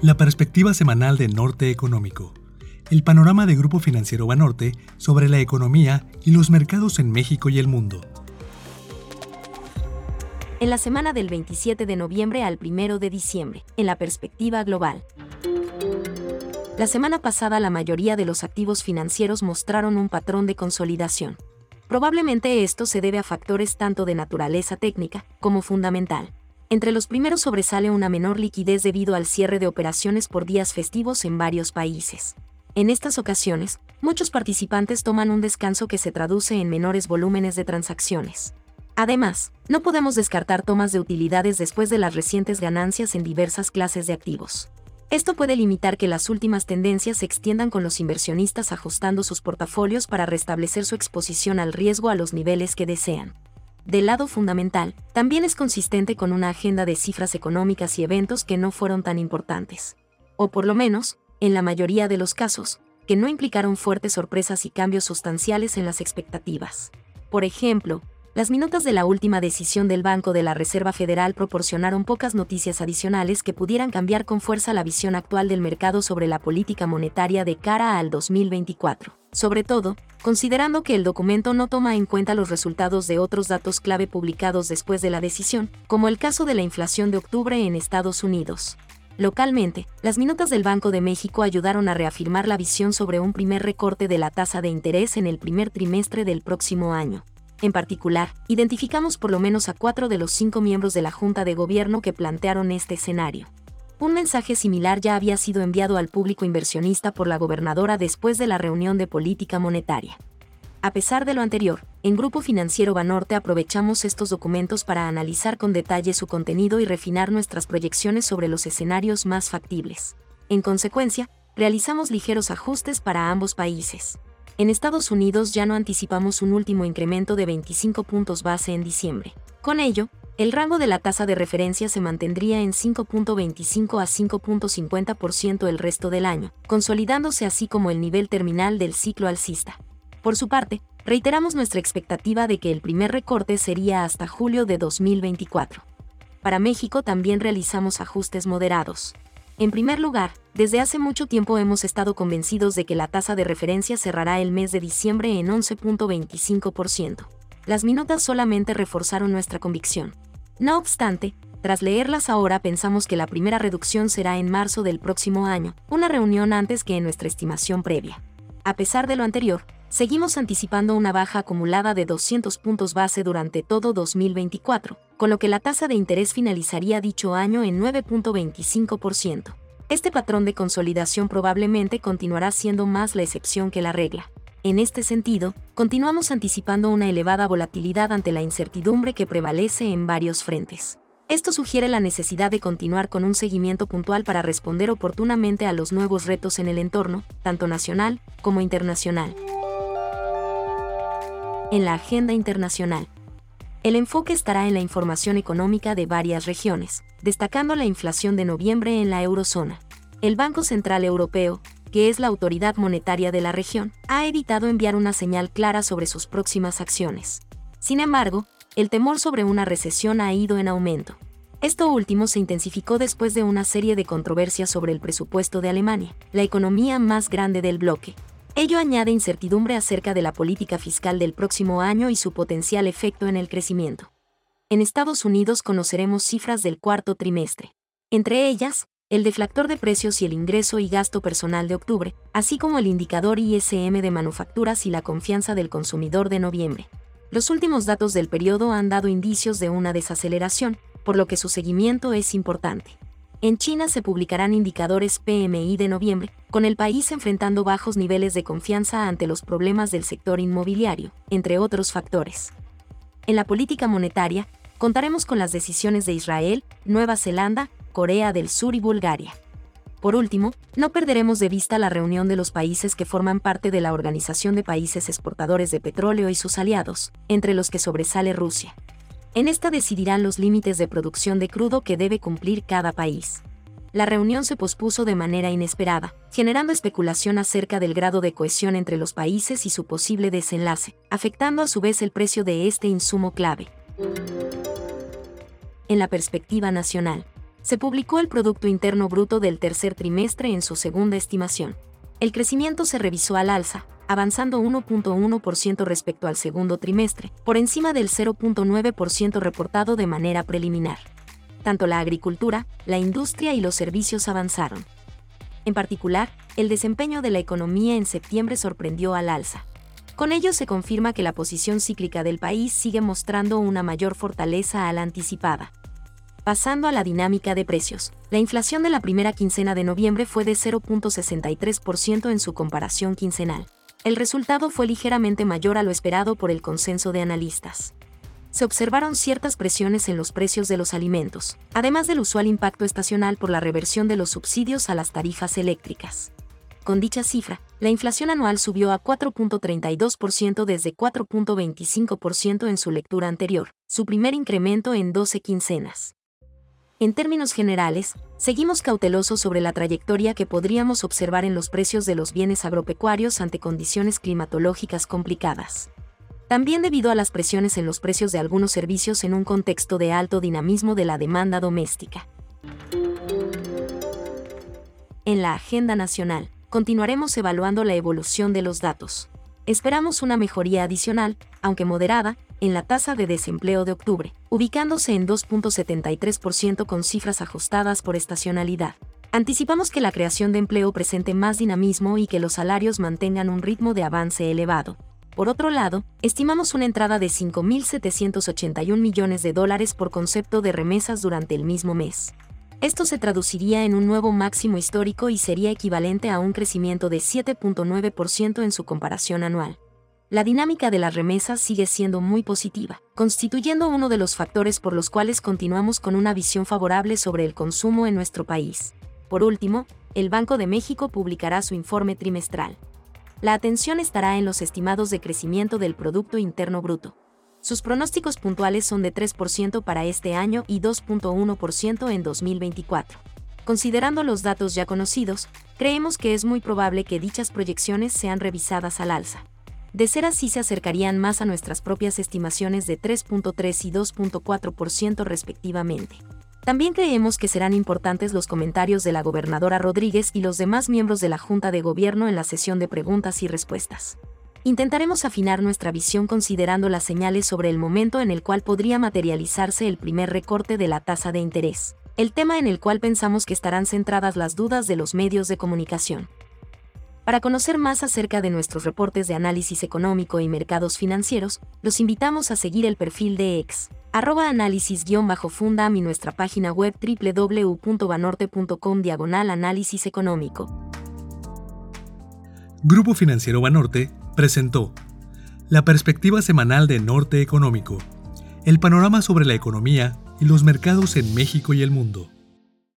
La perspectiva semanal de Norte Económico. El panorama de Grupo Financiero Banorte sobre la economía y los mercados en México y el mundo. En la semana del 27 de noviembre al 1 de diciembre, en la perspectiva global. La semana pasada la mayoría de los activos financieros mostraron un patrón de consolidación. Probablemente esto se debe a factores tanto de naturaleza técnica como fundamental. Entre los primeros sobresale una menor liquidez debido al cierre de operaciones por días festivos en varios países. En estas ocasiones, muchos participantes toman un descanso que se traduce en menores volúmenes de transacciones. Además, no podemos descartar tomas de utilidades después de las recientes ganancias en diversas clases de activos. Esto puede limitar que las últimas tendencias se extiendan con los inversionistas ajustando sus portafolios para restablecer su exposición al riesgo a los niveles que desean. Del lado fundamental, también es consistente con una agenda de cifras económicas y eventos que no fueron tan importantes. O por lo menos, en la mayoría de los casos, que no implicaron fuertes sorpresas y cambios sustanciales en las expectativas. Por ejemplo, las minutas de la última decisión del Banco de la Reserva Federal proporcionaron pocas noticias adicionales que pudieran cambiar con fuerza la visión actual del mercado sobre la política monetaria de cara al 2024. Sobre todo, considerando que el documento no toma en cuenta los resultados de otros datos clave publicados después de la decisión, como el caso de la inflación de octubre en Estados Unidos. Localmente, las minutas del Banco de México ayudaron a reafirmar la visión sobre un primer recorte de la tasa de interés en el primer trimestre del próximo año. En particular, identificamos por lo menos a 4 de los 5 miembros de la Junta de Gobierno que plantearon este escenario. Un mensaje similar ya había sido enviado al público inversionista por la gobernadora después de la reunión de política monetaria. A pesar de lo anterior, en Grupo Financiero Banorte aprovechamos estos documentos para analizar con detalle su contenido y refinar nuestras proyecciones sobre los escenarios más factibles. En consecuencia, realizamos ligeros ajustes para ambos países. En Estados Unidos ya no anticipamos un último incremento de 25 puntos base en diciembre. Con ello, el rango de la tasa de referencia se mantendría en 5.25 a 5.50% el resto del año, consolidándose así como el nivel terminal del ciclo alcista. Por su parte, reiteramos nuestra expectativa de que el primer recorte sería hasta julio de 2024. Para México también realizamos ajustes moderados. En primer lugar, desde hace mucho tiempo hemos estado convencidos de que la tasa de referencia cerrará el mes de diciembre en 11.25%. Las minutas solamente reforzaron nuestra convicción. No obstante, tras leerlas ahora pensamos que la primera reducción será en marzo del próximo año, una reunión antes que en nuestra estimación previa. A pesar de lo anterior, seguimos anticipando una baja acumulada de 200 puntos base durante todo 2024, con lo que la tasa de interés finalizaría dicho año en 9.25%. Este patrón de consolidación probablemente continuará siendo más la excepción que la regla. En este sentido, continuamos anticipando una elevada volatilidad ante la incertidumbre que prevalece en varios frentes. Esto sugiere la necesidad de continuar con un seguimiento puntual para responder oportunamente a los nuevos retos en el entorno, tanto nacional como internacional. En la agenda internacional, el enfoque estará en la información económica de varias regiones, destacando la inflación de noviembre en la eurozona. El Banco Central Europeo, que es la autoridad monetaria de la región, ha evitado enviar una señal clara sobre sus próximas acciones. Sin embargo, el temor sobre una recesión ha ido en aumento. Esto último se intensificó después de una serie de controversias sobre el presupuesto de Alemania, la economía más grande del bloque. Ello añade incertidumbre acerca de la política fiscal del próximo año y su potencial efecto en el crecimiento. En Estados Unidos conoceremos cifras del cuarto trimestre. Entre ellas, el deflactor de precios y el ingreso y gasto personal de octubre, así como el indicador ISM de manufacturas y la confianza del consumidor de noviembre. Los últimos datos del periodo han dado indicios de una desaceleración, por lo que su seguimiento es importante. En China se publicarán indicadores PMI de noviembre, con el país enfrentando bajos niveles de confianza ante los problemas del sector inmobiliario, entre otros factores. En la política monetaria, contaremos con las decisiones de Israel, Nueva Zelanda, Corea del Sur y Bulgaria. Por último, no perderemos de vista la reunión de los países que forman parte de la Organización de Países Exportadores de Petróleo y sus aliados, entre los que sobresale Rusia. En esta decidirán los límites de producción de crudo que debe cumplir cada país. La reunión se pospuso de manera inesperada, generando especulación acerca del grado de cohesión entre los países y su posible desenlace, afectando a su vez el precio de este insumo clave. En la perspectiva nacional, Se publicó el Producto Interno Bruto del tercer trimestre en su segunda estimación. El crecimiento se revisó al alza, avanzando 1.1% respecto al segundo trimestre, por encima del 0.9% reportado de manera preliminar. Tanto la agricultura, la industria y los servicios avanzaron. En particular, el desempeño de la economía en septiembre sorprendió al alza. Con ello se confirma que la posición cíclica del país sigue mostrando una mayor fortaleza a la anticipada. Pasando a la dinámica de precios, la inflación de la primera quincena de noviembre fue de 0.63% en su comparación quincenal. El resultado fue ligeramente mayor a lo esperado por el consenso de analistas. Se observaron ciertas presiones en los precios de los alimentos, además del usual impacto estacional por la reversión de los subsidios a las tarifas eléctricas. Con dicha cifra, la inflación anual subió a 4.32% desde 4.25% en su lectura anterior, su primer incremento en 12 quincenas. En términos generales, seguimos cautelosos sobre la trayectoria que podríamos observar en los precios de los bienes agropecuarios ante condiciones climatológicas complicadas. También debido a las presiones en los precios de algunos servicios en un contexto de alto dinamismo de la demanda doméstica. En la agenda nacional, continuaremos evaluando la evolución de los datos. Esperamos una mejoría adicional, aunque moderada, en la tasa de desempleo de octubre, ubicándose en 2.73% con cifras ajustadas por estacionalidad. Anticipamos que la creación de empleo presente más dinamismo y que los salarios mantengan un ritmo de avance elevado. Por otro lado, estimamos una entrada de $5.781 millones por concepto de remesas durante el mismo mes. Esto se traduciría en un nuevo máximo histórico y sería equivalente a un crecimiento de 7.9% en su comparación anual. La dinámica de las remesas sigue siendo muy positiva, constituyendo uno de los factores por los cuales continuamos con una visión favorable sobre el consumo en nuestro país. Por último, el Banco de México publicará su informe trimestral. La atención estará en los estimados de crecimiento del Producto Interno Bruto. Sus pronósticos puntuales son de 3% para este año y 2.1% en 2024. Considerando los datos ya conocidos, creemos que es muy probable que dichas proyecciones sean revisadas al alza. De ser así, se acercarían más a nuestras propias estimaciones de 3.3 y 2.4% respectivamente. También creemos que serán importantes los comentarios de la gobernadora Rodríguez y los demás miembros de la Junta de Gobierno en la sesión de preguntas y respuestas. Intentaremos afinar nuestra visión considerando las señales sobre el momento en el cual podría materializarse el primer recorte de la tasa de interés, el tema en el cual pensamos que estarán centradas las dudas de los medios de comunicación. Para conocer más acerca de nuestros reportes de análisis económico y mercados financieros, los invitamos a seguir el perfil de @análisis_fundam y nuestra página web www.banorte.com/análisis económico. Grupo Financiero Banorte presentó la perspectiva semanal de Norte Económico, el panorama sobre la economía y los mercados en México y el mundo.